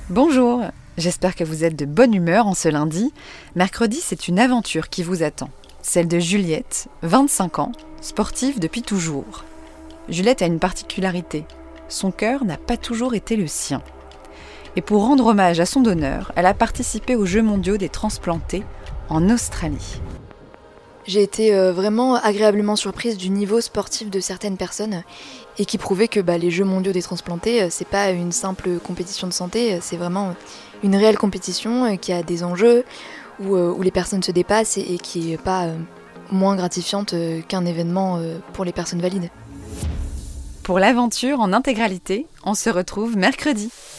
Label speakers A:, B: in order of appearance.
A: Bonjour, j'espère que vous êtes de bonne humeur en ce lundi. Mercredi, c'est une aventure qui vous attend. Celle de Juliette, 25 ans, sportive depuis toujours. Juliette a une particularité. Son cœur n'a pas toujours été le sien. Et pour rendre hommage à son donneur, elle a participé aux Jeux mondiaux des transplantés en Australie.
B: J'ai été vraiment agréablement surprise du niveau sportif de certaines personnes et qui prouvaient que les Jeux mondiaux des transplantés, c'est pas une simple compétition de santé, c'est vraiment une réelle compétition qui a des enjeux, où les personnes se dépassent et qui est pas moins gratifiante qu'un événement pour les personnes valides.
A: Pour l'aventure en intégralité, on se retrouve mercredi.